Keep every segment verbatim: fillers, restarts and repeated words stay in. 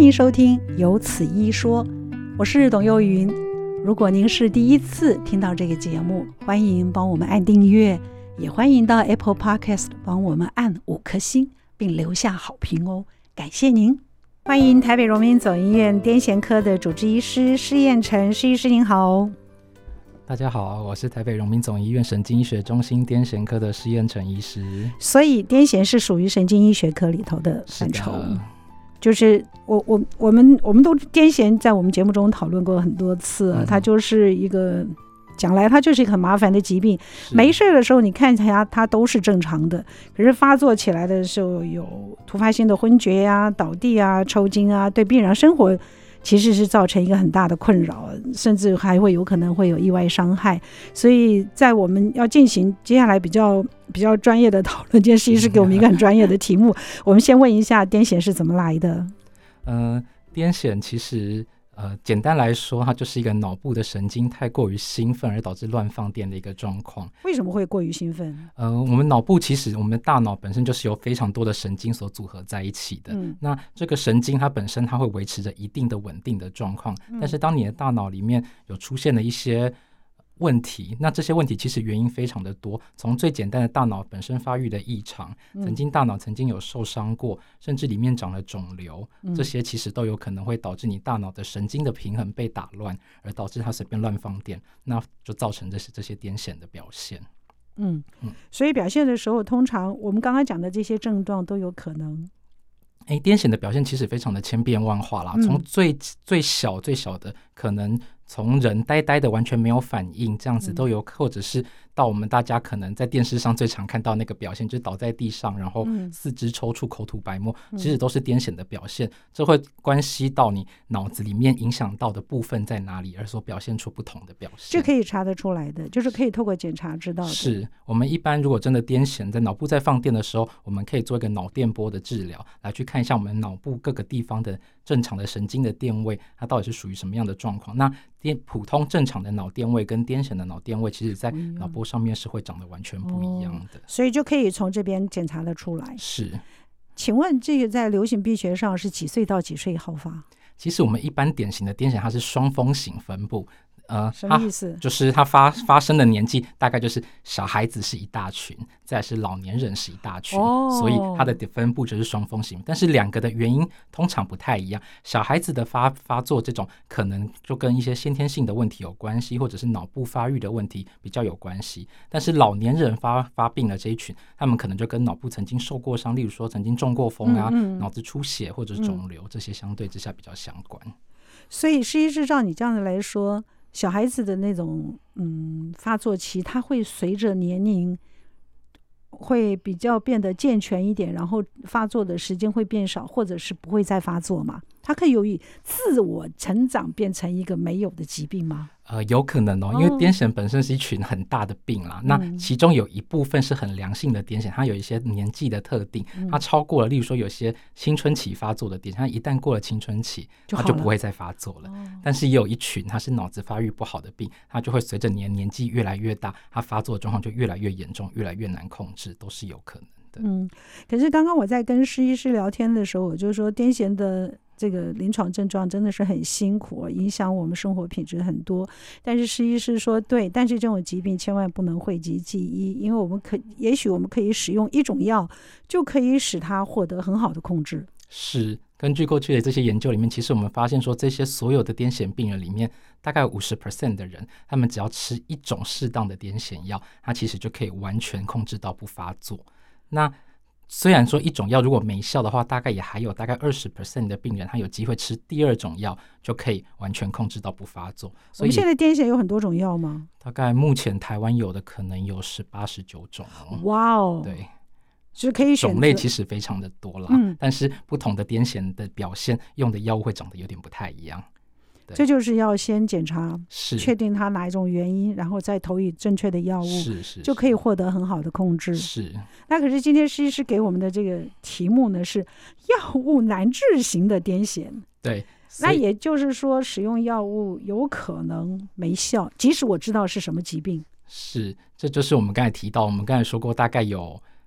迎收听有此一说，我是董幼云。如果您是第一次听到这个节目，欢迎帮我们按订阅，也欢迎到 Apple Podcast 帮我们按五颗星并留下好评哦，感谢您。欢迎台北荣民总医院癫痫科的主治医师施彦成施医师，您好。 大家好，我是台北荣民总医院神经医学中心癫痫科的施彦成医师。 所以癫痫是属于神经医学科里头的范畴，就是我我我们我们都癫痫在我们节目中讨论过很多次、啊嗯、它就是一个讲来它就是一个很麻烦的疾病，没事的时候你看起来它都是正常的，可是发作起来的时候有突发性的昏厥呀、啊、倒地啊、抽筋啊，对病人生活其实是造成一个很大的困扰，甚至还会有可能会有意外伤害。所以在我们要进行接下来比较比较专业的讨论，今天施医师给我们一个很专业的题目我们先问一下癫痫是怎么来的。 呃，癫痫其实呃，简单来说它就是一个脑部的神经太过于兴奋而导致乱放电的一个状况。 为什么会过于兴奋？ 呃，我们脑部其实我们的大脑本身就是由非常多的神经所组合在一起的、嗯、那这个神经它本身它会维持着一定的稳定的状况、嗯、但是当你的大脑里面有出现了一些问题，那这些问题其实原因非常的多，从最简单的大脑本身发育的异常，曾经大脑曾经有受伤过，甚至里面长了肿瘤、嗯、这些其实都有可能会导致你大脑的神经的平衡被打乱，而导致它随便乱放电，那就造成这些这些癫痫的表现。 嗯嗯，所以表现的时候通常我们刚刚讲的这些症状都有可能。 哎，癫痫的表现其实非常的千变万化啦，从最最小最小的可能从人呆呆的完全没有反应这样子都有、嗯、或者是到我们大家可能在电视上最常看到那个表现，就是倒在地上然后四肢抽搐口吐白沫、嗯、其实都是癫痫的表现，这会关系到你脑子里面影响到的部分在哪里而所表现出不同的表现。 这可以查得出来的，就是可以透过检查知道的。 是，我们一般如果真的癫痫在脑部在放电的时候，我们可以做一个脑电波的治疗来去看一下我们脑部各个地方的正常的神经的电位它到底是属于什么样的状况。那普通正常的脑电位跟癫痫的脑电位其实在脑波上面是会长得完全不一样的、哦、 所以就可以从这边检查得出来。 是， 请问这个在流行病学上是几岁到几岁好发？ 其实我们一般典型的癫痫它是双峰型分布，呃， 什么意思？ 就是它发发生的年纪大概就是小孩子是一大群，再来是老年人是一大群、哦、所以它的分布就是双峰型，但是两个的原因通常不太一样。小孩子的发发作这种可能就跟一些先天性的问题有关系，或者是脑部发育的问题比较有关系，但是老年人发发病的这一群，他们可能就跟脑部曾经受过伤，例如说曾经中过风啊、嗯嗯、脑子出血或者是肿瘤、嗯、这些相对之下比较相关。 所以实际是照你这样的来说，小孩子的那种嗯发作期，它会随着年龄会比较变得健全一点，然后发作的时间会变少，或者是不会再发作嘛？它可以由于自我成长变成一个没有的疾病吗？ 呃，有可能哦，因为癫痫本身是一群很大的病啦、哦、那其中有一部分是很良性的癫痫，它有一些年纪的特定、嗯、它超过了，例如说有些青春期发作的癫痫，它一旦过了青春期它就不会再发作了、哦、但是也有一群它是脑子发育不好的病，它就会随着你的年纪越来越大，它发作的状况就越来越严重，越来越难控制，都是有可能的。 嗯，可是刚刚我在跟施医师聊天的时候，我就说癫痫的这个临床症状真的是很辛苦，影响我们生活品质很多。但是施医师说对，但是这种疾病千万不能讳疾忌医，因为我们可也许我们可以使用一种药就可以使它获得很好的控制。 是，根据过去的这些研究里面，其实我们发现说这些所有的癫痫病人里面大概 百分之五十 的人，他们只要吃一种适当的癫痫药，它其实就可以完全控制到不发作。那虽然说一种药如果没效的话，大概也还有大概 百分之二十 的病人他有机会吃第二种药就可以完全控制到不发作。 所以我们现在癫痫有很多种药吗？ 大概目前台湾有的可能有十八、十九种、哦、 哇哦，对，就是可以选择种类其实非常的多啦、嗯、但是不同的癫痫的表现用的药物会长得有点不太一样。 这就是要先检查， 是确定它哪一种原因，然后再投予正确的药物， 是是就可以获得很好的控制。 是。 那可是今天施医师给我们的这个题目呢是药物难治型的癫痫。 对， 那也就是说使用药物有可能没效，即使我知道是什么疾病。 是，这就是我们刚才提到，我们刚才说过大概有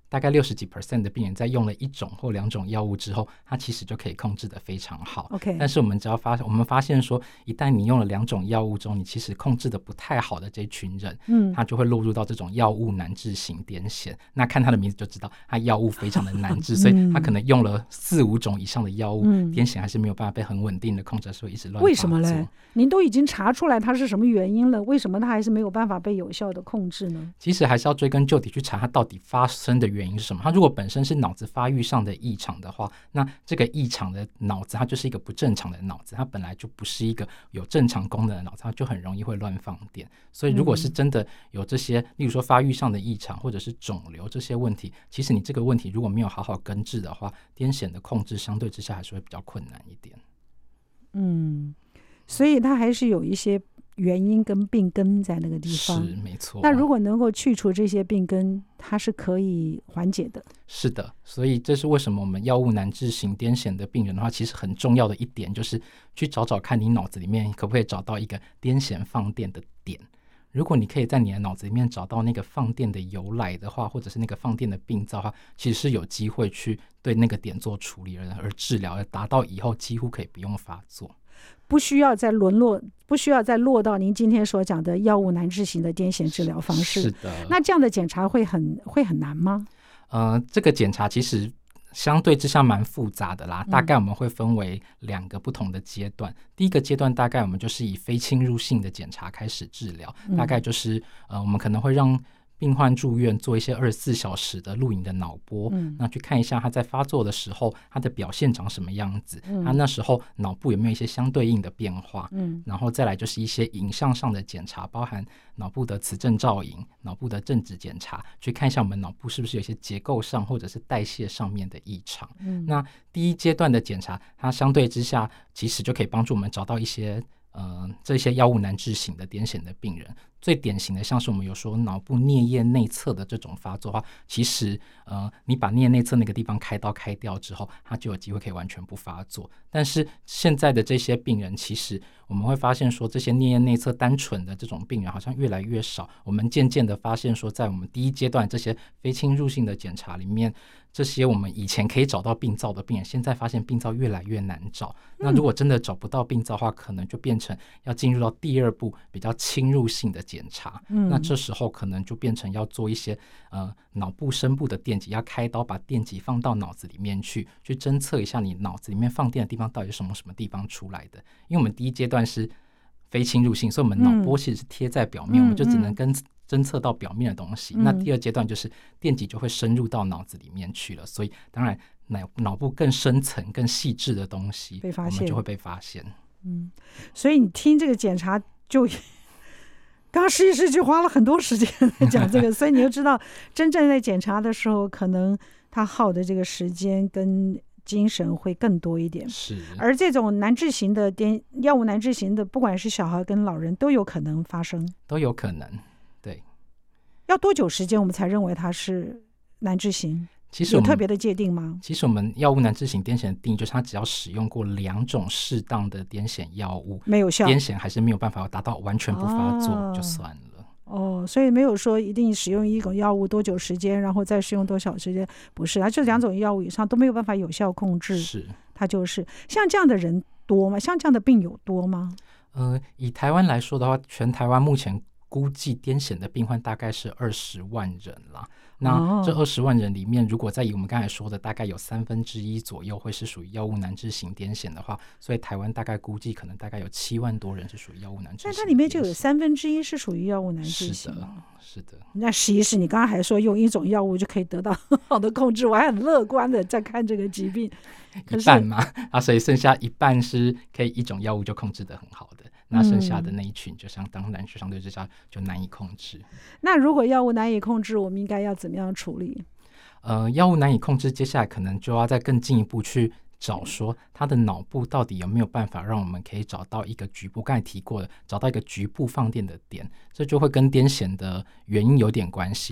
大概六十几 percent 的病人在用了一种或两种药物之后，他其实就可以控制得非常好。 OK， 但是我们只要发我们发现说，一旦你用了两种药物中，你其实控制的不太好的这群人，嗯，他就会落入到这种药物难治型癫痫。那看他的名字就知道，他药物非常的难治，所以他可能用了四五种以上的药物，嗯、癫痫还是没有办法被很稳定的控制，所以一直乱发作。 为什么嘞？您都已经查出来他是什么原因了，为什么他还是没有办法被有效的控制呢？ 其实还是要追根究底去查他到底发生的原因是什么。他如果本身是脑子发育上的异常的话，那这个异常的脑子它就是一个不正常的脑子，它本来就不是一个有正常功能的脑子，它就很容易会乱放电。所以如果是真的有这些，例如说发育上的异常或者是肿瘤这些问题，其实你这个问题如果没有好好根治的话，癫痫的控制相对之下还是会比较困难一点。 嗯，所以它还是有一些原因跟病根在那个地方， 是没错。 那如果能够去除这些病根，它是可以缓解的。 是的，所以这是为什么我们药物难治型癫痫的病人的话，其实很重要的一点就是去找找看你脑子里面可不可以找到一个癫痫放电的点。如果你可以在你的脑子里面找到那个放电的由来的话，或者是那个放电的病灶的话，其实是有机会去对那个点做处理而治疗，而达到以后几乎可以不用发作。 不需要再沦落，不需要再落到您今天所讲的药物难治型的癫痫治疗方式。 是的。 那这样的检查会很会很难吗？ 呃，这个检查其实相对之下蛮复杂的啦，大概我们会分为两个不同的阶段。嗯、第一个阶段大概我们就是以非侵入性的检查开始治疗，嗯、大概就是呃，我们可能会让病患住院做一些二十四小时的录影的脑波，嗯、那去看一下他在发作的时候他的表现长什么样子，嗯、他那时候脑部有没有一些相对应的变化，嗯、然后再来就是一些影像上的检查，包含脑部的磁振造影、脑部的正子检查，去看一下我们脑部是不是有一些结构上或者是代谢上面的异常。嗯、那第一阶段的检查，它相对之下其实就可以帮助我们找到一些呃这些药物难治型的癫痫的病人。最典型的像是我们有说脑部颞叶内侧的这种发作的话，其实呃你把颞叶内侧那个地方开刀开掉之后，它就有机会可以完全不发作。但是现在的这些病人，其实我们会发现说，这些颞叶内侧单纯的这种病人好像越来越少。我们渐渐的发现说，在我们第一阶段这些非侵入性的检查里面，这些我们以前可以找到病灶的病人，现在发现病灶越来越难找。那如果真的找不到病灶的话，可能就变成要进入到第二步比较侵入性的检查。嗯、那这时候可能就变成要做一些呃脑部深部的电极，要开刀把电极放到脑子里面去，去侦测一下你脑子里面放电的地方到底是什么什么地方出来的。因为我们第一阶段是非侵入性，所以我们脑波其实是贴在表面，嗯、我们就只能跟侦测到表面的东西。嗯、那第二阶段就是电极就会深入到脑子里面去了，所以当然脑脑部更深层、更细致的东西，被发现，我们就会被发现。 嗯，所以你听这个检查就。刚刚施医师就花了很多时间来讲这个，所以你就知道，真正在检查的时候，可能他耗的这个时间跟精神会更多一点。 是， 而这种难治型的癫药物难治型的，不管是小孩跟老人都有可能发生， 都有可能。对， 要多久时间我们才认为它是难治型？ 其实有特别的界定吗？ 其实我们药物难治型癫痫的定义就是它只要使用过两种适当的癫痫药物， 没有效， 癫痫还是没有办法达到完全不发作就算了。 哦，哦，所以没有说一定使用一种药物多久时间，然后再使用多少时间，不是，它就两种药物以上都没有办法有效控制。 是， 它就是像这样的人多吗？像这样的病友多吗？ 呃，以台湾来说的话，全台湾目前估计癫痫的病患大概是二十万人啦。那这二十万人里面，如果再以我们刚才说的大概有三分之一左右会是属于药物难治型癫痫的话，所以台湾大概估计可能大概有七万多人是属于药物难治型。 但它里面就有三分之一是属于药物难治型。 是的，是的。 那实际是你刚刚还说用一种药物就可以得到很好的控制，我还很乐观的在看这个疾病。 一半嘛，啊，所以剩下一半是可以一种药物就控制得很好的。那剩下的那一群就相当然就相对之下就难以控制。 那如果药物难以控制，我们应该要怎么样处理？ 呃，药物难以控制，接下来可能就要再更进一步去找说他的脑部到底有没有办法让我们可以找到一个局部，刚才提过的，找到一个局部放电的点，这就会跟癫痫的原因有点关系啦。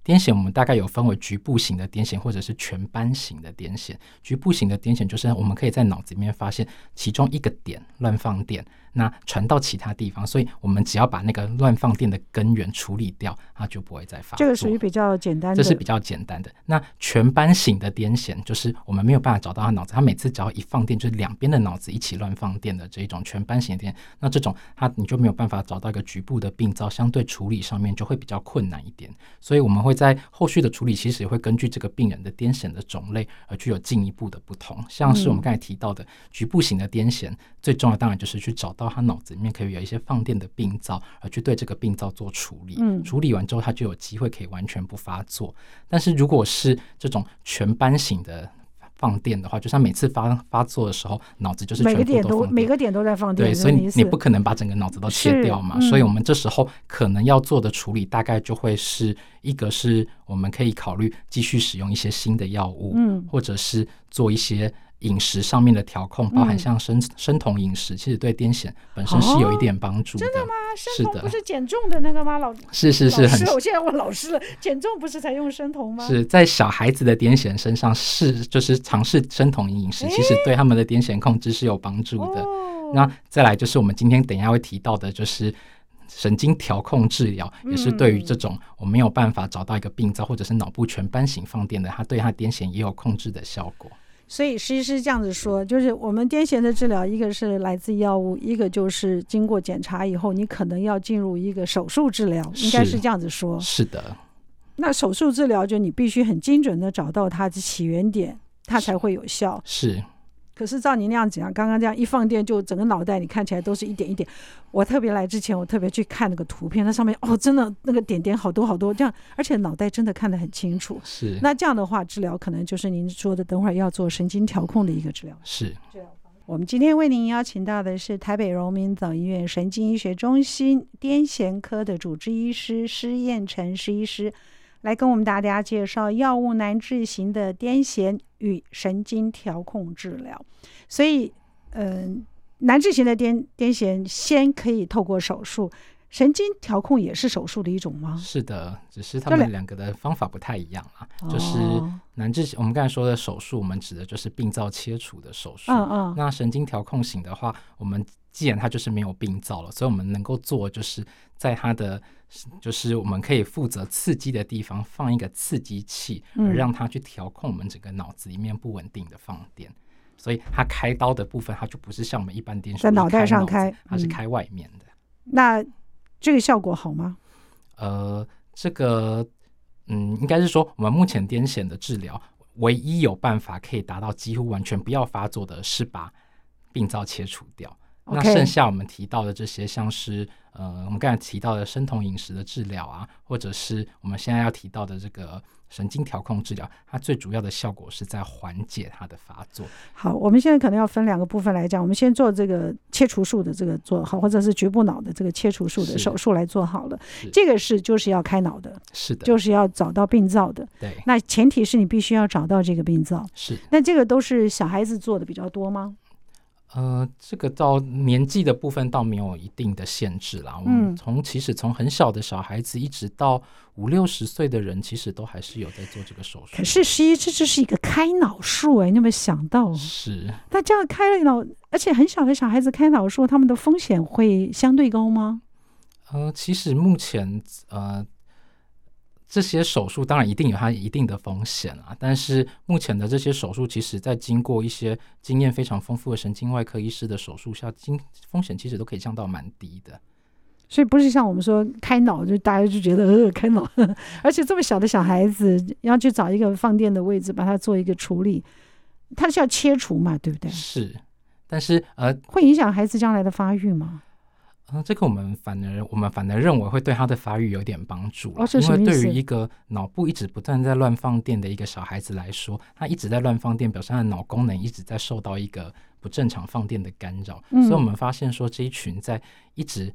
癫痫我们大概有分为局部型的癫痫或者是全班型的癫痫。局部型的癫痫就是我们可以在脑子里面发现其中一个点乱放电，那传到其他地方，所以我们只要把那个乱放电的根源处理掉，它就不会再发作。 这个属于比较简单的， 这是比较简单的。那全班型的癫痫就是我们没有办法找到他脑子，他每次只要一放电，就是两边的脑子一起乱放电的这一种全班型的癫痫。那这种他你就没有办法找到一个局部的病灶，相对处理上面就会比较困难一点。所以我们会在后续的处理，其实也会根据这个病人的癫痫的种类而具有进一步的不同。像是我们刚才提到的局部型的癫痫，最重要当然就是去找到他脑子里面可以有一些放电的病灶，而去对这个病灶做处理。嗯，处理完之后，他就有机会可以完全不发作。但是如果是这种全班型的放电的话，就是他每次 发, 发作的时候，脑子就是全部都放电，每个点都每个点都在放电， 对，所以你不可能把整个脑子都切掉嘛。嗯、所以我们这时候可能要做的处理，大概就会是一个是我们可以考虑继续使用一些新的药物，嗯，或者是做一些饮食上面的调控，包含像生生酮饮食，其实对癫痫本身是有一点帮助的。 哦、真的吗？生酮不是减重的那个吗？老是是是， 老师，我现在问老师了，减重不是才用生酮吗？ 是在小孩子的癫痫身上是就是尝试生酮饮食，其实对他们的癫痫控制是有帮助的。哦、那再来就是我们今天等一下会提到的，就是神经调控治疗，也是对于这种我没有办法找到一个病灶或者是脑部全班型放电的，它对它癫痫也有控制的效果。 所以其实是这样子说，就是我们癫痫的治疗，一个是来自药物，一个就是经过检查以后你可能要进入一个手术治疗，应该是这样子说。 是的。 那手术治疗就你必须很精准的找到它的起源点，它才会有效。 是。 可是照你那样讲，刚刚这样一放电，就整个脑袋你看起来都是一点一点。我特别来之前，我特别去看那个图片，那上面哦，真的那个点点好多好多，这样，而且脑袋真的看得很清楚。 是。 那这样的话，治疗可能就是您说的，等会儿要做神经调控的一个治疗。 是。 我们今天为您邀请到的是台北荣民总医院神经医学中心癫痫科的主治医师施彦成施医师，来跟我们大家介绍药物难治型的癫痫与神经调控治疗。所以呃，难治型的癫癫痫先可以透过手术，神经调控也是手术的一种吗？ 是的，只是他们两个的方法不太一样啦。就是难治型我们刚才说的手术，我们指的就是病灶切除的手术。嗯嗯。那神经调控型的话，我们既然它就是没有病灶了，所以我们能够做就是在它的就是我们可以负责刺激的地方放一个刺激器，而让它去调控我们整个脑子里面不稳定的放电。所以它开刀的部分，它就不是像我们一般癫痫在脑袋上开， 它是开外面的。 嗯、那这个效果好吗？ 呃，这个嗯，应该是说我们目前癫痫的治疗，唯一有办法可以达到几乎完全不要发作的，是把病灶切除掉。Okay. 那剩下我们提到的这些，像是呃，我们刚才提到的生酮饮食的治疗啊，或者是我们现在要提到的这个神经调控治疗，它最主要的效果是在缓解它的发作。 好，我们现在可能要分两个部分来讲，我们先做这个切除术的这个做好，或者是局部脑的这个切除术的手术来做好了。这个是就是要开脑的， 是的， 就是要找到病灶的。 对， 那前提是你必须要找到这个病灶。 是， 那这个都是小孩子做的比较多吗？ 呃，这个到年纪的部分倒没有一定的限制啦。我们从其实从很小的小孩子一直到五六十岁的人，其实都还是有在做这个手术。 可是实际这就是一个开脑术哎，你有没有想到？ 是。 那这样开了脑，而且很小的小孩子开脑术，他们的风险会相对高吗？ 呃，其实目前呃。这些手术当然一定有它一定的风险啊，但是目前的这些手术，其实在经过一些经验非常丰富的神经外科医师的手术下，风险其实都可以降到蛮低的。 所以不是像我们说开脑，就大家就觉得呃开脑，呵呵，而且这么小的小孩子要去找一个放电的位置，把它做一个处理，它是要切除嘛，对不对？ 是，但是呃， 会影响孩子将来的发育吗？ 嗯，这个我们反而我们反而认为会对他的发育有点帮助、 哦、 因为对于一个脑部一直不断在乱放电的一个小孩子来说，他一直在乱放电，表示他的脑功能一直在受到一个不正常放电的干扰、嗯、所以我们发现说这一群在一直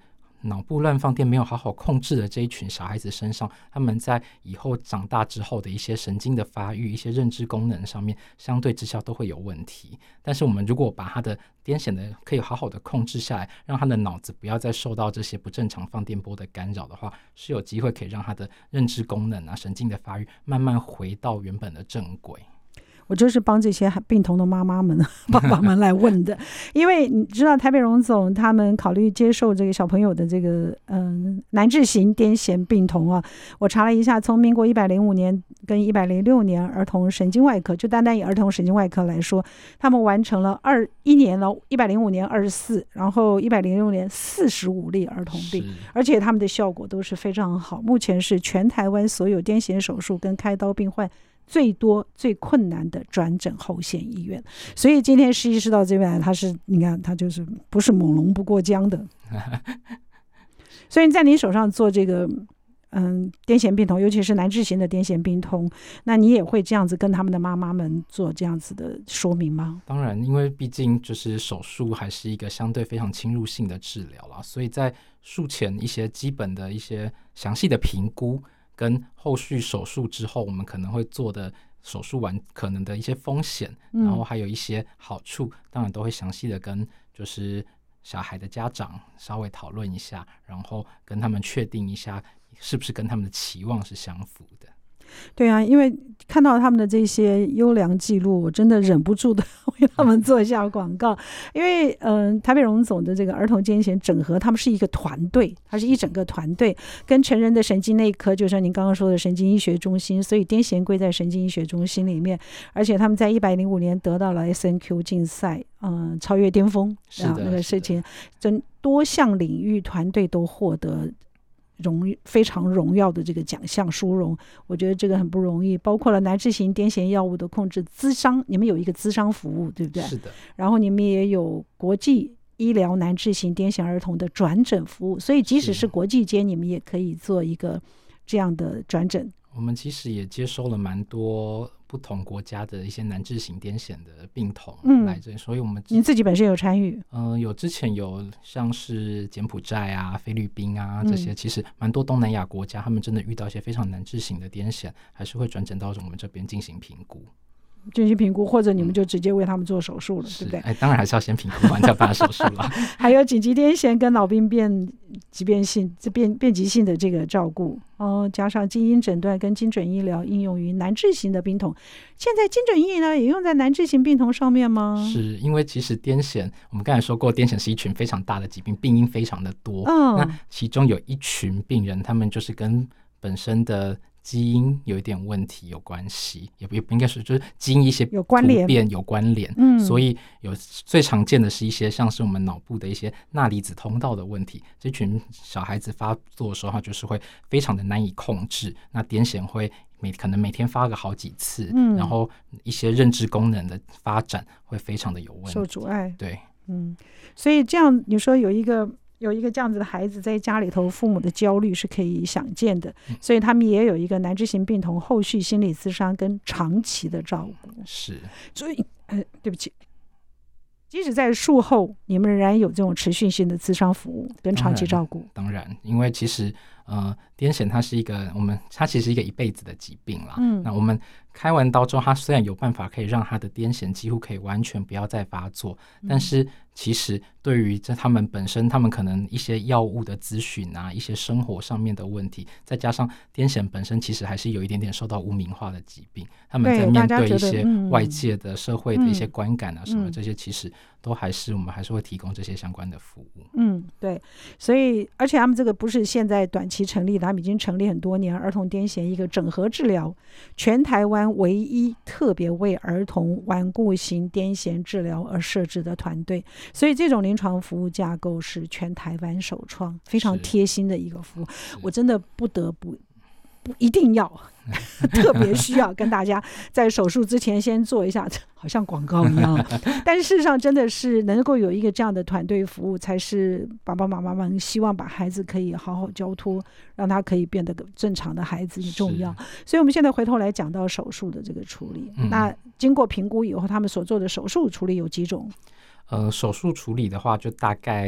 脑部乱放电没有好好控制的这一群小孩子身上，他们在以后长大之后的一些神经的发育、一些认知功能上面，相对之下都会有问题。但是我们如果把他的癫痫的可以好好的控制下来，让他的脑子不要再受到这些不正常放电波的干扰的话，是有机会可以让他的认知功能啊、神经的发育慢慢回到原本的正轨。 我就是帮这些病童的妈妈们爸爸们来问的，因为你知道台北荣总他们考虑接受这个小朋友的这个嗯难治型癫痫病童啊，我查了一下，从民国一百零五年跟一百零六年儿童神经外科，就单单以儿童神经外科来说，他们完成了二一年了，一百零五年二十四，然后一百零六年四十五例儿童病，而且他们的效果都是非常好，目前是全台湾所有癫痫手术跟开刀病患最多最困难的转诊后线医院。所以今天施医师到这边来，他是你看他就是不是猛龙不过江的所以在你手上做这个嗯癫痫病童，尤其是难治型的癫痫病童，那你也会这样子跟他们的妈妈们做这样子的说明吗？ 当然，因为毕竟就是手术还是一个相对非常侵入性的治疗啦，所以在术前一些基本的一些详细的评估跟后续手术之后我们可能会做的手术完可能的一些风险，然后还有一些好处，当然都会详细的跟就是小孩的家长稍微讨论一下，然后跟他们确定一下是不是跟他们的期望是相符的。 对啊，因为看到他们的这些优良记录，我真的忍不住的为他们做一下广告。因为嗯、呃，台北荣总的这个儿童癫痫整合，他们是一个团队，它是一整个团队，跟成人的神经内科，就像您刚刚说的神经医学中心，所以癫痫归在神经医学中心里面，而且他们在一百零五年得到了 S N Q 竞赛，嗯、呃，超越巅峰啊那个事情，真多项领域团队都获得荣非常荣耀的这个奖项殊荣，我觉得这个很不容易，包括了难治型癫痫药物的控制、咨商，你们有一个咨商服务对不对？ 是的。 然后你们也有国际医疗难治型癫痫儿童的转诊服务，所以即使是国际间你们也可以做一个这样的转诊。 我们其实也接收了蛮多不同国家的一些难治型癫痫的病童来这、嗯、所以我们您自己本身有参与？ 嗯、呃，有之前有像是柬埔寨啊、菲律宾啊这些、嗯，其实蛮多东南亚国家，他们真的遇到一些非常难治型的癫痫，还是会转诊到我们这边进行评估。 进行评估，或者你们就直接为他们做手术了、嗯、对不对？ 哎，当然还是要先评估完再办手术了。 还有紧急癫痫跟脑病变疾变性这变变急性的这个照顾哦，加上基因诊断跟精准医疗应用于难治型的病童。现在精准医疗也用在难治型病童上面吗？ 是，因为其实癫痫我们刚才说过，癫痫是一群非常大的疾病，病因非常的多、哦、那其中有一群病人他们就是跟本身的基因有一点问题有关系，也不应该是就是基因一些有关联有关联、嗯、所以有最常见的是一些像是我们脑部的一些钠离子通道的问题，这群小孩子发作的时候他就是会非常的难以控制，那癫痫会每可能每天发个好几次、嗯、然后一些认知功能的发展会非常的有问题， 受阻碍。 对， 嗯，所以这样你说有一个有一个这样子的孩子在家里头，父母的焦虑是可以想见的，所以他们也有一个难治型病童后续心理咨商跟长期的照顾。 是， 所以呃，对不起，即使在术后你们仍然有这种持续性的咨商服务跟长期照顾。 当然，当然因为其实呃，癫痫它是一个我们它其实是一个一辈子的疾病啦、嗯、那我们开完刀之后，它虽然有办法可以让它的癫痫几乎可以完全不要再发作、嗯、但是其实对于这他们本身他们可能一些药物的咨询啊，一些生活上面的问题，再加上癫痫本身其实还是有一点点受到污名化的疾病，他们在面对一些外界的社会的一些观感啊什么、嗯、这些其实都还是我们还是会提供这些相关的服务。 嗯，对，所以而且他们这个不是现在短期成立的，他们已经成立很多年，儿童癫痫一个整合治疗，全台湾唯一特别为儿童顽固型癫痫治疗而设置的团队，所以这种临床服务架构是全台湾首创，非常贴心的一个服务。我真的不得不不一定要特别需要跟大家在手术之前先做一下，好像广告一样但是事实上真的是能够有一个这样的团队服务，才是爸爸妈妈们希望把孩子可以好好交托，让他可以变得个正常的孩子也重要。所以我们现在回头来讲到手术的这个处理、嗯、那经过评估以后他们所做的手术处理有几种？ 呃，手术处理的话就大概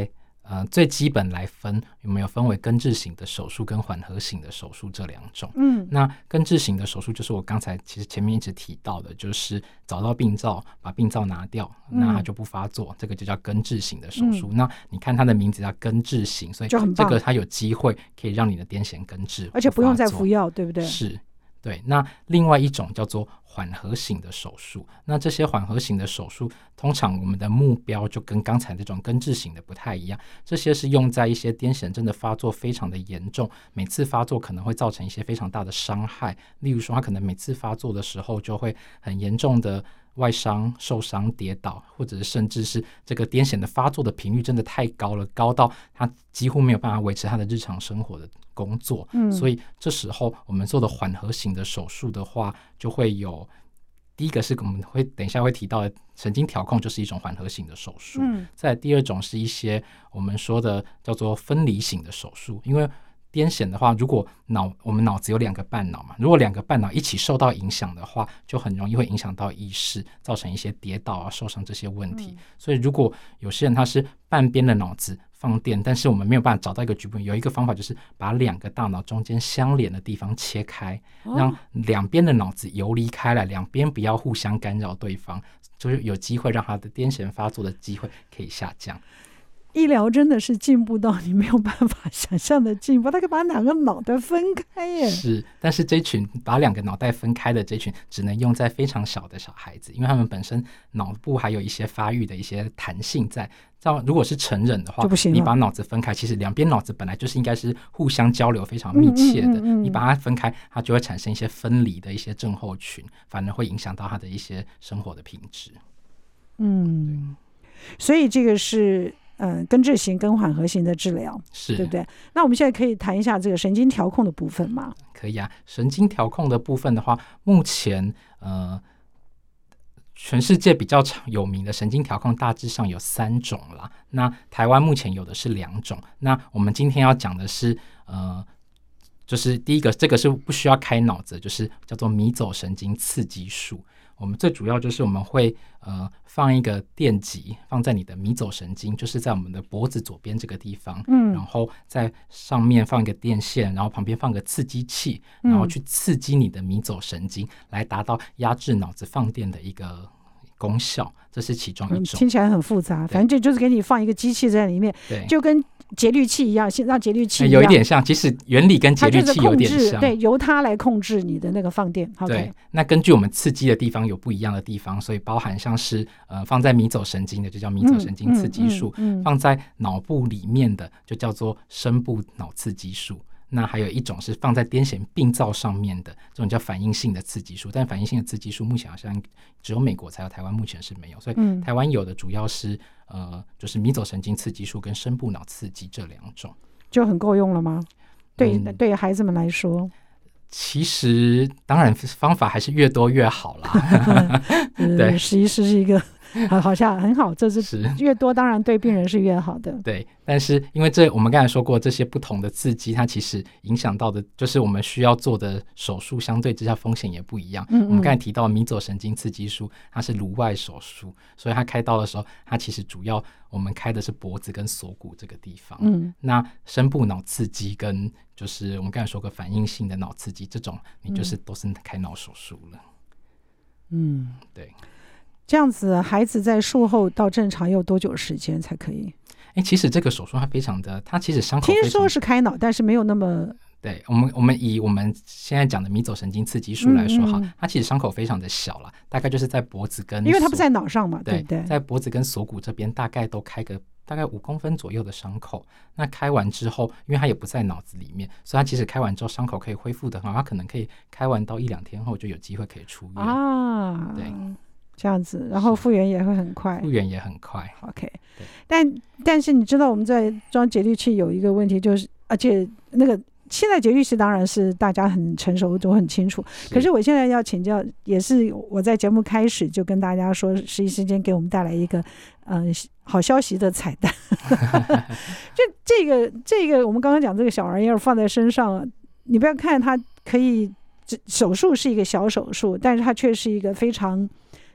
呃，最基本来分，有没有分为根治型的手术跟缓和型的手术这两种？嗯，那根治型的手术就是我刚才其实前面一直提到的，就是找到病灶，把病灶拿掉，那它就不发作，嗯、这个就叫根治型的手术。嗯、那你看它的名字叫根治型，所以这个它有机会可以让你的癫痫根治， 而且不用再服药，对不对？ 是。对，那另外一种叫做缓和型的手术，那这些缓和型的手术，通常我们的目标就跟刚才这种根治型的不太一样，这些是用在一些癫痫症的发作非常的严重，每次发作可能会造成一些非常大的伤害，例如说他可能每次发作的时候就会很严重的外伤、受伤、跌倒，或者甚至是这个癫痫的发作的频率真的太高了，高到他几乎没有办法维持他的日常生活的工作。嗯，所以这时候我们做的缓和型的手术的话，就会有第一个是我们会等一下会提到的神经调控，就是一种缓和型的手术。嗯，再来第二种是一些我们说的叫做分离型的手术，因为癫痫的话，如果脑我们脑子有两个半脑嘛，如果两个半脑一起受到影响的话，就很容易会影响到意识，造成一些跌倒啊、受伤这些问题。嗯、所以如果有些人他是半边的脑子放电，但是我们没有办法找到一个局部，有一个方法就是把两个大脑中间相连的地方切开，让两边的脑子游离开来，两边不要互相干扰对方，就是有机会让他的癫痫发作的机会可以下降。 医疗真的是进步到你没有办法想象的进步，他可以把两个脑袋分开耶。是， 但是这群把两个脑袋分开的这群只能用在非常小的小孩子，因为他们本身脑部还有一些发育的一些弹性在。如果是成人的话，你把脑子分开，其实两边脑子本来就是应该是互相交流非常密切的，嗯嗯嗯嗯，你把它分开，它就会产生一些分离的一些症候群，反而会影响到他的一些生活的品质。 嗯，所以这个是嗯根治型跟缓和型的治疗，是对不对？那我们现在可以谈一下这个神经调控的部分吗？ 可以啊，神经调控的部分的话，目前呃。全世界比较有名的神经调控大致上有三种啦，那台湾目前有的是两种。那我们今天要讲的是呃，就是第一个，这个是不需要开脑子，就是叫做迷走神经刺激术。我们最主要就是我们会呃放一个电极放在你的迷走神经，就是在我们的脖子左边这个地方，嗯，然后在上面放一个电线，然后旁边放个刺激器，然后去刺激你的迷走神经，来达到压制脑子放电的一个功效，这是其中一种。嗯、 听起来很复杂，反正这就是给你放一个机器在里面，对，就跟节律器一样，让节律器一样， 有一点像，其实原理跟节律器有点像， 对，由它来控制你的那个放电。Okay、 对，那根据我们刺激的地方有不一样的地方，所以包含像是呃放在迷走神经的就叫迷走神经刺激术，嗯嗯嗯嗯、放在脑部里面的就叫做深部脑刺激术。那还有一种是放在癫痫病灶上面的，这种叫反应性的刺激术，但反应性的刺激术目前好像只有美国才有，台湾目前是没有，所以台湾有的主要是呃，就是迷走神经刺激术跟深部脑刺激这两种， 就很够用了吗？对、嗯、对孩子们来说， 其实当然方法还是越多越好啦。 对，实际是一个好像很好，这是越多当然对病人是越好的。 对，但是因为这我们刚才说过，这些不同的刺激，它其实影响到的就是我们需要做的手术，相对之下风险也不一样。嗯嗯，我们刚才提到迷走神经刺激术，它是颅外手术，所以它开刀的时候，它其实主要我们开的是脖子跟锁骨这个地方。嗯，那深部脑刺激跟就是我们刚才说过反应性的脑刺激，这种你就是都是开脑手术了。 嗯， 对。 这样子，孩子在术后到正常要多久时间才可以？ 哎，其实这个手术它非常的，它其实伤口非常听说是开脑，但是没有那么。 对我们，我们以我们现在讲的迷走神经刺激术来说，哈、嗯嗯，它其实伤口非常的小啦，大概就是在脖子跟， 因为它不在脑上嘛， 对不对？ 在脖子跟锁骨这边大概都开个大概五公分左右的伤口。那开完之后，因为它也不在脑子里面，所以它其实开完之后伤口可以恢复的很好，它可能可以开完到一两天后就有机会可以出院啊。对。 这样子，然后复原也会很快， 复原也很快。 OK， 但但是你知道我们在装节律器有一个问题，就是而且那个现在节律器当然是大家很成熟都很清楚，可是我现在要请教，也是我在节目开始就跟大家说，实习时间给我们带来一个嗯、呃、好消息的彩蛋。就这个这个我们刚刚讲这个小玩意儿放在身上，你不要看它可以手术是一个小手术，但是它却是一个非常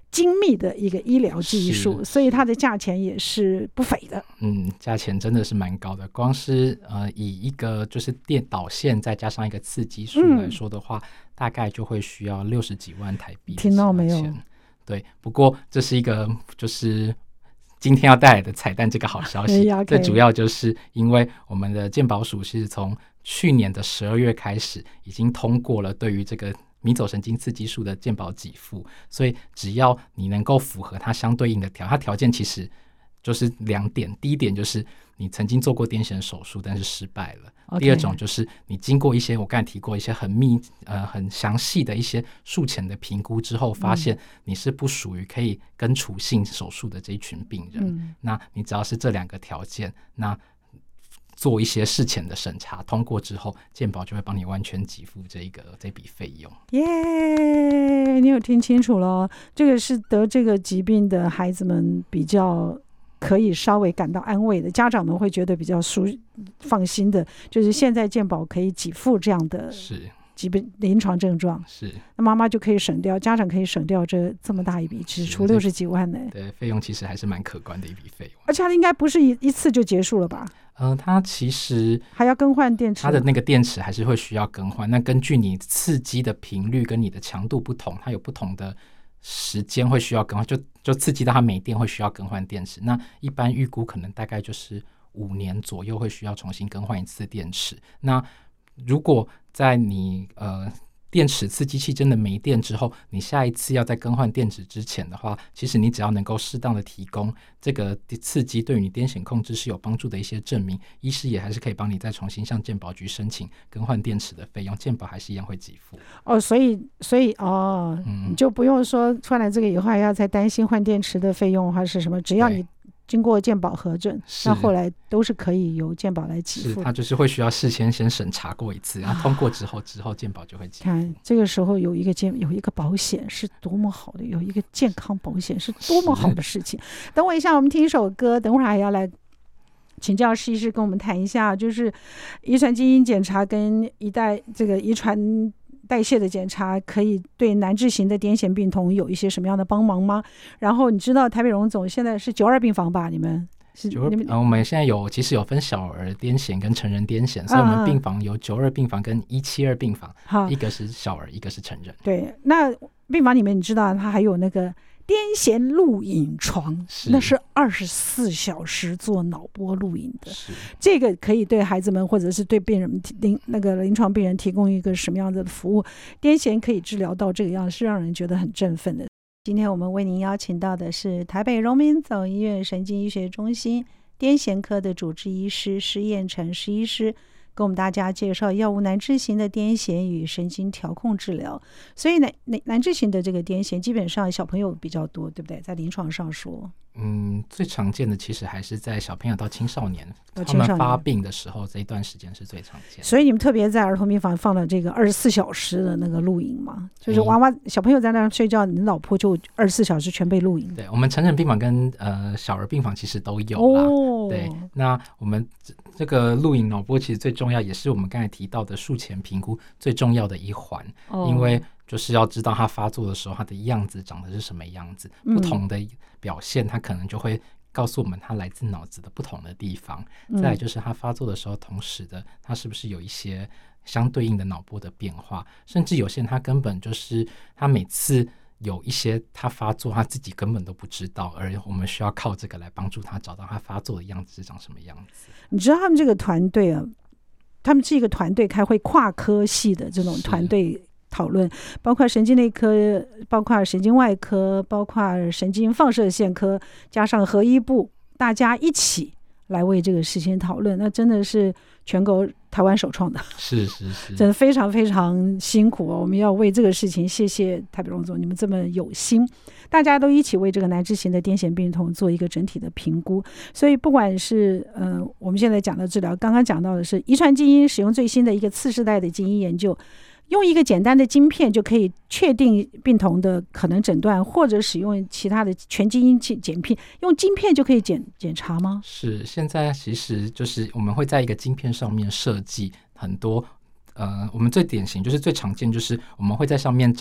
精密的一个医疗技术，所以它的价钱也是不菲的。 嗯，价钱真的是蛮高的。光是呃以一个就是电导线再加上一个刺激术来说的话，嗯、大概就会需要六十几万台币。 听到没有？ 对，不过这是一个就是今天要带来的彩蛋，这个好消息。最主要就是因为我们的健保署是从去年的十二月开始，已经通过了对于这个迷走神经刺激术的健保给付，所以只要你能够符合它相对应的条，它条件其实就是两点。第一点就是你曾经做过癫痫手术，但是失败了。Okay. 第二种就是你经过一些我刚才提过一些很密呃很详细的一些术前的评估之后，发现你是不属于可以根除性手术的这一群病人。嗯、那你只要是这两个条件，那做一些事前的审查通过之后，健保就会帮你完全给付这个这笔费用。 耶、yeah, 你有听清楚了，这个是得这个疾病的孩子们比较可以稍微感到安慰的，家长们会觉得比较舒放心的，就是现在健保可以给付这样的疾病临床症状， 是那妈妈就可以省掉，家长可以省掉这这么大一笔支出，六十几万呢。 对，费用其实还是蛮可观的一笔费用， 而且它应该不是 一, 一次就结束了吧？ 呃，它其实还要更换电池， 它的那个电池还是会需要更换。那根据你刺激的频率跟你的强度不同，它有不同的时间会需要更换，就就刺激到它没电会需要更换电池。那一般预估可能大概就是五年左右会需要重新更换一次电池。那如果在你呃电池刺激器真的没电之后，你下一次要再更换电池之前的话，其实你只要能够适当的提供这个刺激对于你癫痫控制是有帮助的一些证明，医师也还是可以帮你再重新向健保局申请更换电池的费用，健保还是一样会给付。 哦，所以所以哦、嗯，你就不用说换了这个以后还要再担心换电池的费用还是什么，只要你经过健保核准，那后来都是可以由健保来给付。 是，他就是会需要事先先审查过一次，然后通过之后，之后健保就会给付。 看这个时候有一个健有一个保险是多么好的，有一个健康保险是多么好的事情。等我一下，我们听一首歌，等会儿还要来请教施医师跟我们谈一下，就是遗传基因检查跟一代这个遗传代谢的检查可以对难治型的癫痫病童有一些什么样的帮忙吗？然后你知道台北荣总现在是九二病房吧？你们是九二、呃、我们现在有其实有分小儿癫痫跟成人癫痫、啊、所以我们病房有九二病房跟一七二病房，一个是小儿，一个是成人。 对，那病房里面你知道它还有那个癫痫录影床，是那是二十四小时做脑波录影的，这个可以对孩子们或者是对病人临那个临床病人提供一个什么样的服务？癫痫可以治疗到这个样，是让人觉得很振奋的。今天我们为您邀请到的是台北荣民总医院神经医学中心癫痫科的主治医师施彦成施医师，跟我们大家介绍药物难治型的癫痫与神经调控治疗。所以难难治型的这个癫痫基本上小朋友比较多，对不对？在临床上说， 嗯，最常见的其实还是在小朋友到青少年，他们发病的时候这一段时间是最常见的。 所以你们特别在儿童病房放了这个二十四小时的那个录影嘛，就是娃娃、嗯、小朋友在那儿睡觉，你老婆就二十四小时全被录影。 对，我们成人病房跟呃小儿病房其实都有啦。哦，对，那我们这个录影脑波其实最重要，也是我们刚才提到的术前评估最重要的一环，哦、因为就是要知道它发作的时候它的样子长得是什么样子，嗯、不同的表现它可能就会告诉我们它来自脑子的不同的地方。嗯、再来就是它发作的时候同时的它是不是有一些相对应的脑波的变化，甚至有些人他根本就是他每次有一些他发作他自己根本都不知道，而我们需要靠这个来帮助他找到他发作的样子是长什么样子。 你知道他们这个团队啊，他们是一个团队开会，跨科系的这种团队讨论，包括神经内科，包括神经外科，包括神经放射线科，加上核医部，大家一起来为这个事情讨论，那真的是全国台湾首创的， 是是是， 真的非常非常辛苦哦。我们要为这个事情谢谢台北荣总，你们这么有心，大家都一起为这个难治型的癫痫病童做一个整体的评估。所以不管是呃我们现在讲的治疗，刚刚讲到的是遗传基因使用最新的一个次世代的基因研究，用一个简单的晶片就可以确定病童的可能诊断，或者使用其他的全基因检片，用晶片就可以检检查吗？ 是，现在其实就是我们会在一个晶片上面设计很多，呃，我们最典型就是最常见就是我们会在上面找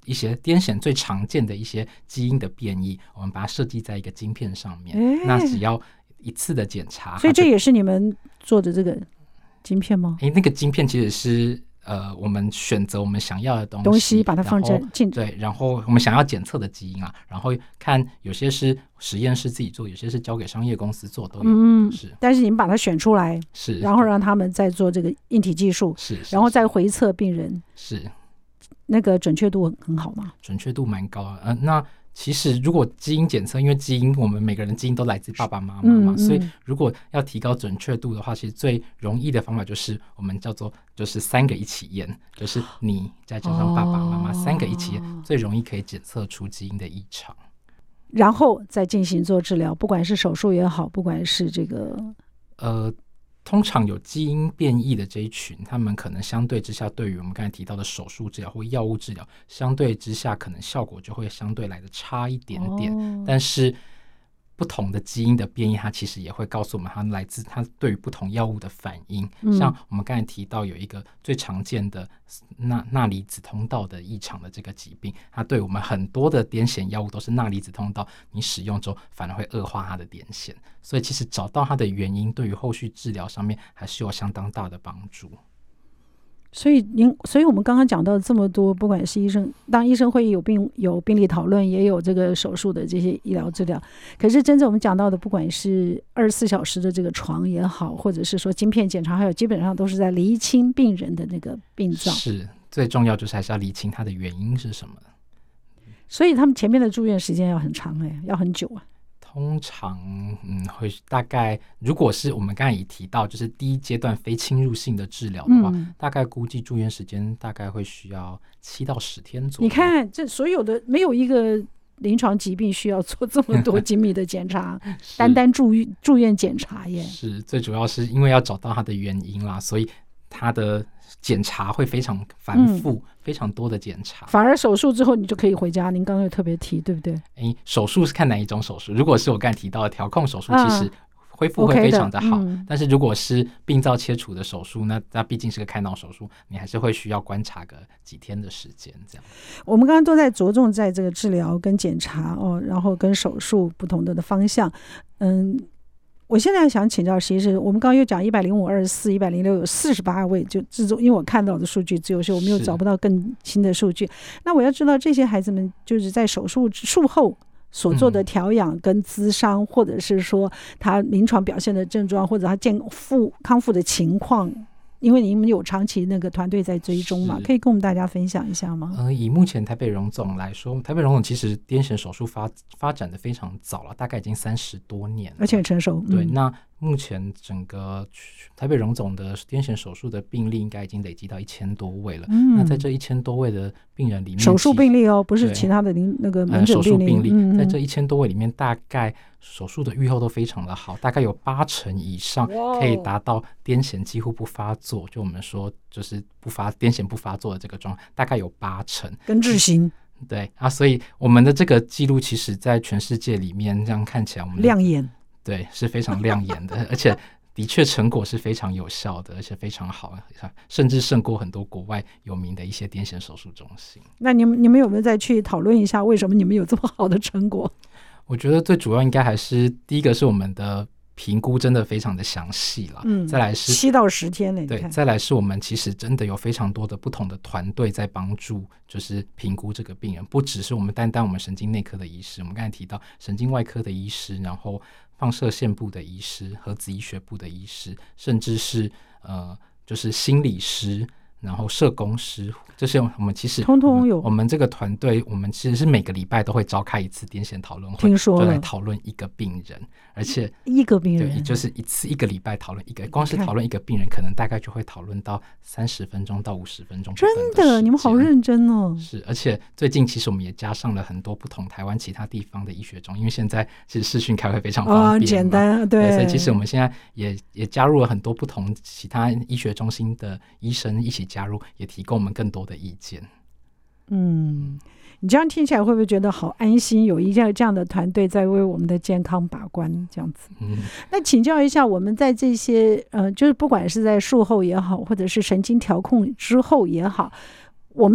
一些癫痫最常见的一些基因的变异，我们把它设计在一个晶片上面，欸、那只要一次的检查， 所以这也是你们做的这个晶片吗？ 欸、那个晶片其实是呃，我们选择我们想要的东西， 东西把它放进对，然后我们想要检测的基因啊，然后看有些是实验室自己做，有些是交给商业公司做，都有。嗯，是。 但是你们把它选出来， 是， 然后让他们再做这个硬体技术， 是， 然后再回测病人， 是。 那个准确度很好吗？ 准确度蛮高的。呃，那其实如果基因检测，因为基因我们每个人基因都来自爸爸妈妈嘛、嗯嗯，所以如果要提高准确度的话，其实最容易的方法就是我们叫做就是三个一起验，就是你再加上爸爸妈妈、哦、三个一起验，最容易可以检测出基因的异常， 然后再进行做治疗，不管是手术也好，不管是这个呃。通常有基因变异的这一群，他们可能相对之下，对于我们刚才提到的手术治疗或药物治疗，相对之下可能效果就会相对来的差一点点。哦、但是不同的基因的变异，它其实也会告诉我们它来自它对于不同药物的反应。嗯、像我们刚才提到有一个最常见的钠钠离子通道的异常的这个疾病，它对我们很多的癫痫药物都是钠离子通道，你使用之后反而会恶化它的癫痫。所以其实找到它的原因，对于后续治疗上面还是有相当大的帮助。 所以您，所以我们刚刚讲到这么多，不管是医生，当医生会议有病有病例讨论，也有这个手术的这些医疗治疗。可是真正我们讲到的，不管是二十四小时的这个床也好，或者是说晶片检查，还有基本上都是在厘清病人的那个病灶。 是最重要，就是还是要厘清它的原因是什么。 所以他们前面的住院时间要很长哎、欸，要很久啊。 通常，嗯，会大概，如果是我们刚才也提到，就是第一阶段非侵入性的治疗的话、嗯，大概估计住院时间大概会需要七到十天左右。 你看，这所有的没有一个临床疾病需要做这么多精密的检查，单单住院住院检查耶。 是，最主要是因为要找到它的原因啦，所以它的检查会非常繁复、嗯，非常多的检查。 反而手术之后你就可以回家，您刚刚有特别提，对不对？ 欸、手术是看哪一种手术？如果是我刚才提到的调控手术，其实恢复会非常的好、啊 okay 嗯。但是如果是病灶切除的手术，那那毕竟是个开脑手术，你还是会需要观察个几天的时间。这样， 我们刚刚都在着重在这个治疗跟检查哦，然后跟手术不同的的方向，嗯。我现在想请教，其实我们刚刚又讲一百零五、二十四、一百零六有四十八位，就自因为我看到的数据只有些，我们又找不到更新的数据。那我要知道这些孩子们就是在手术术后所做的调养跟咨商、嗯，或者是说他临床表现的症状，或者他健复康复的情况。因为你们有长期那个团队在追踪嘛，可以跟我们大家分享一下吗？ 呃，以目前台北荣总来说，台北荣总其实癫痫手术发发展的非常早了，大概已经三十多年了， 而且很成熟。 对， 嗯、 那目前整个台北荣总的癫痫手术的病例应该已经累积到一千多位了。嗯、那在这一千多位的病人里面， 手术病例哦，不是其他的那个门诊病例。呃、手术病例、嗯、 在这一千多位里面，大概手术的预后都非常的好，大概有八成以上可以达到癫痫几乎不发作，就我们说就是不发癫痫不发作的这个状态，大概有八成。 根治型。 对啊，所以我们的这个记录其实在全世界里面这样看起来，我们亮眼。 对，是非常亮眼的，而且的确成果是非常有效的，而且非常好，甚至胜过很多国外有名的一些癫痫手术中心。 那你们你们有没有再去讨论一下，为什么你们有这么好的成果？ 我觉得最主要应该还是第一个是我们的评估真的非常的详细啦，嗯，再来是七到十天嘞， 对，再来是我们其实真的有非常多的不同的团队在帮助，就是评估这个病人，不只是我们单单我们神经内科的医师，我们刚才提到神经外科的医师，然后放射线部的医师、核子医学部的医师，甚至是呃就是心理师，然后社工师，这些我们其实通通有。 我们这个团队，我们其实是每个礼拜都会召开一次癫痫讨论会， 听说了， 就来讨论一个病人，而且一个病人对，就是一次一个礼拜讨论一个，光是讨论一个病人，可能大概就会讨论到三十分钟到五十分钟。 真的，你们好认真哦。 是，而且最近其实我们也加上了很多不同台湾其他地方的医学中，因为现在其实视讯开会非常方便， 哦，简单，对， 对，所以其实我们现在也也加入了很多不同其他医学中心的医生一起加入，也提供我们更多的意见。 嗯，你这样听起来会不会觉得好安心？有一家这样的团队在为我们的健康把关，这样子。嗯，那请教一下，我们在这些呃，就是不管是在术后也好，或者是神经调控之后也好，我们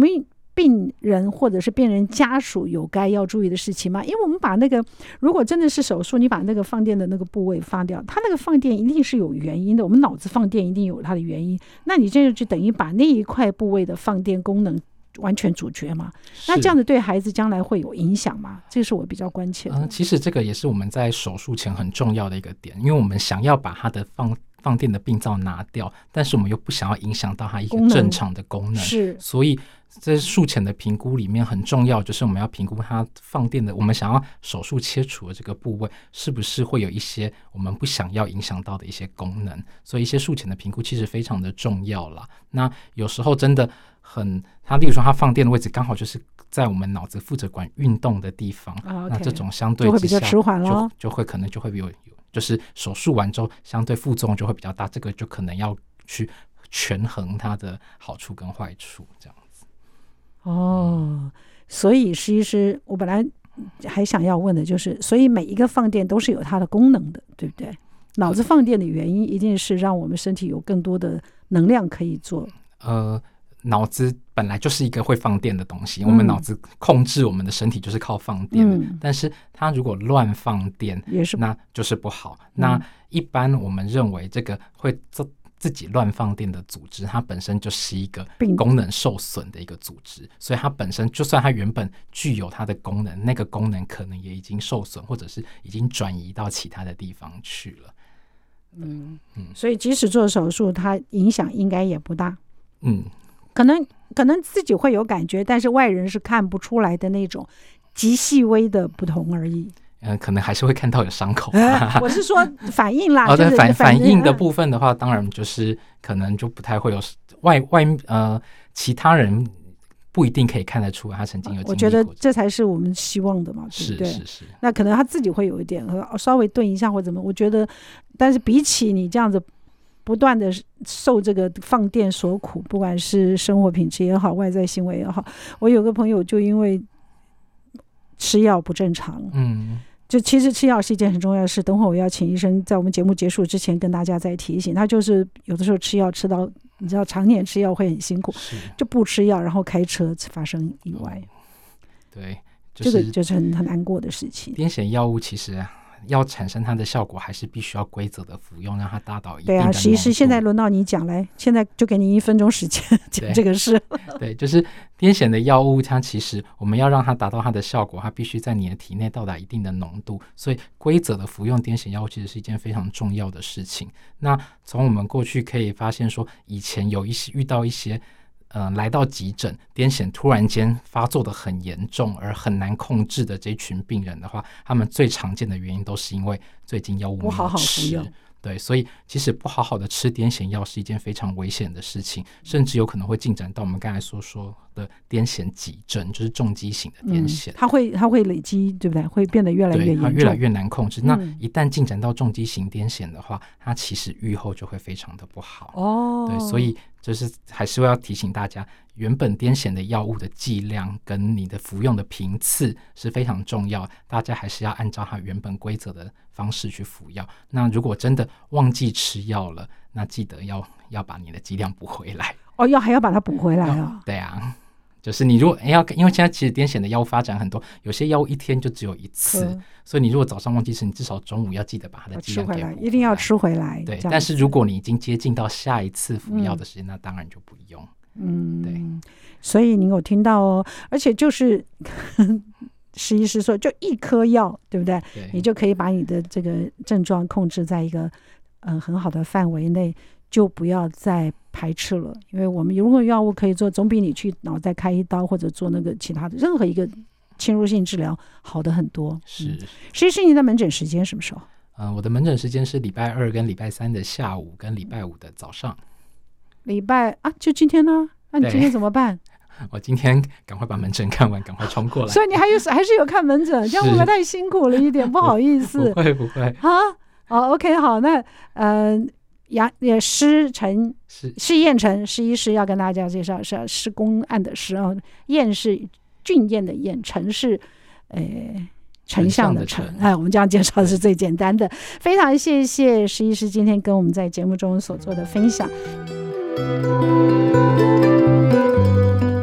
病人或者是病人家属有该要注意的事情吗？因为我们把那个，如果真的是手术，你把那个放电的那个部位放掉，它那个放电一定是有原因的，我们脑子放电一定有它的原因，那你这就等于把那一块部位的放电功能完全阻绝嘛？那这样子对孩子将来会有影响吗？这是我比较关切的。 嗯，其实这个也是我们在手术前很重要的一个点，因为我们想要把它的放放电的病灶拿掉，但是我们又不想要影响到它一个正常的功能， 是， 所以在术前的评估里面很重要，就是我们要评估它放电的，我们想要手术切除的这个部位是不是会有一些我们不想要影响到的一些功能，所以一些术前的评估其实非常的重要啦。那有时候真的很，它例如说它放电的位置刚好就是在我们脑子负责管运动的地方， 啊 okay， 那这种相对之下就会比较迟缓咯， 就就会可能就会有就是手术完之后相对副作用就会比较大，这个就可能要去权衡它的好处跟坏处这样子。 哦，所以其实我本来还想要问的就是，所以每一个放电都是有它的功能的，对不对？脑子放电的原因一定是让我们身体有更多的能量可以做。呃， 脑子本来就是一个会放电的东西，嗯、我们脑子控制我们的身体就是靠放电的，嗯、但是它如果乱放电，也是那就是不好。嗯、那一般我们认为这个会自己乱放电的组织，它本身就是一个功能受损的一个组织，所以它本身就算它原本具有它的功能，那个功能可能也已经受损，或者是已经转移到其他的地方去了。 嗯嗯，所以即使做手术，它影响应该也不大。嗯，可能可能自己会有感觉，但是外人是看不出来的那种极细微的不同而已。 嗯，可能还是会看到有伤口。 我是说反应啦， 哦，对， 就是、 反反应的部分的话，当然就是可能就不太会有外外呃其他人不一定可以看得出他曾经有经历过。 我觉得这才是我们希望的嘛，对不对？ 是是是。 那可能他自己会有一点稍微顿一下或怎么，我觉得，但是比起你这样子不断的受这个放电所苦，不管是生活品质也好，外在行为也好，我有个朋友就因为吃药不正常，嗯。就其实吃药是一件很重要的事，等会我要请医生在我们节目结束之前跟大家再提醒他，就是有的时候吃药吃到你知道常年吃药会很辛苦，就不吃药然后开车发生意外， 对，就是、 这个就是很很难过的事情。 癫痫药物其实要产生它的效果还是必须要规则的服用，让它达到一定的浓度。对啊， 其实现在轮到你讲来，现在就给你一分钟时间讲这个事。 对，就是癫痫的药物，它其实我们要让它达到它的效果，它必须在你的体内到达一定的浓度，所以规则的服用癫痫药物其实是一件非常重要的事情。那从我们过去可以发现说，以前有一些遇到一些呃，来到急诊，癫痫突然间发作的很严重而很难控制的这群病人的话，他们最常见的原因都是因为最近药物没有吃， 不好好服用。 对，所以其实不好好的吃癫痫药是一件非常危险的事情，甚至有可能会进展到我们刚才所说的癫痫急症，就是重击型的癫痫、嗯、 它会它会累积，对不对？会变得越来越严重， 对，它越来越难控制、嗯、那一旦进展到重击型癫痫的话，它其实预后就会非常的不好哦。对，所以就是还是要提醒大家，原本癫痫的药物的剂量跟你的服用的频次是非常重要，大家还是要按照它原本规则的方式去服药。那如果真的忘记吃药了，那记得要要把你的剂量补回来。 哦，要还要把它补回来啊？ 对啊，就是你如果要，因为现在其实癫痫的药物发展很多，有些药物一天就只有一次，嗯、所以你如果早上忘记吃，你至少中午要记得把它的剂量给补回来， 一定要吃回来。 对，但是如果你已经接近到下一次服药的时间，嗯、那当然就不用。嗯，对。 所以你有听到哦，而且就是施医师说，就一颗药，对不对？对，你就可以把你的这个症状控制在一个嗯、呃、很好的范围内。就不要再排斥了，因为我们如果药物可以做，总比你去脑袋开一刀或者做那个其他的任何一个侵入性治疗好的很多。 是， 施医师，你的门诊时间什么时候？ 呃，我的门诊时间是礼拜二跟礼拜三的下午，跟礼拜五的早上。 礼拜啊，就今天呢？那你今天怎么办？ 我今天赶快把门诊看完，赶快冲过来。 所以你还有还是有看门诊，这样会不会太辛苦了一点？不好意思。 不会不会。 啊，哦 ，OK， 好，那呃。杨也施陈施彦成施医师要跟大家介绍是施公案的施啊，彦是俊彦的彦，成是呃丞相的丞，哎，我们这样介绍是最简单的。非常谢谢施医师今天跟我们在节目中所做的分享。今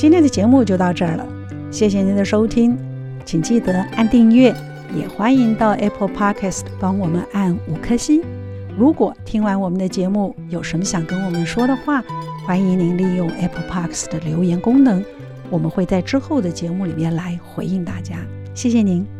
今天的节目就到这儿了，谢谢您的收听，请记得按订阅，也欢迎到 Apple Podcast 帮我们按五颗星。如果听完我们的节目有什么想跟我们说的话，欢迎您利用 Apple Podcast 的留言功能，我们会在之后的节目里面来回应大家。谢谢您。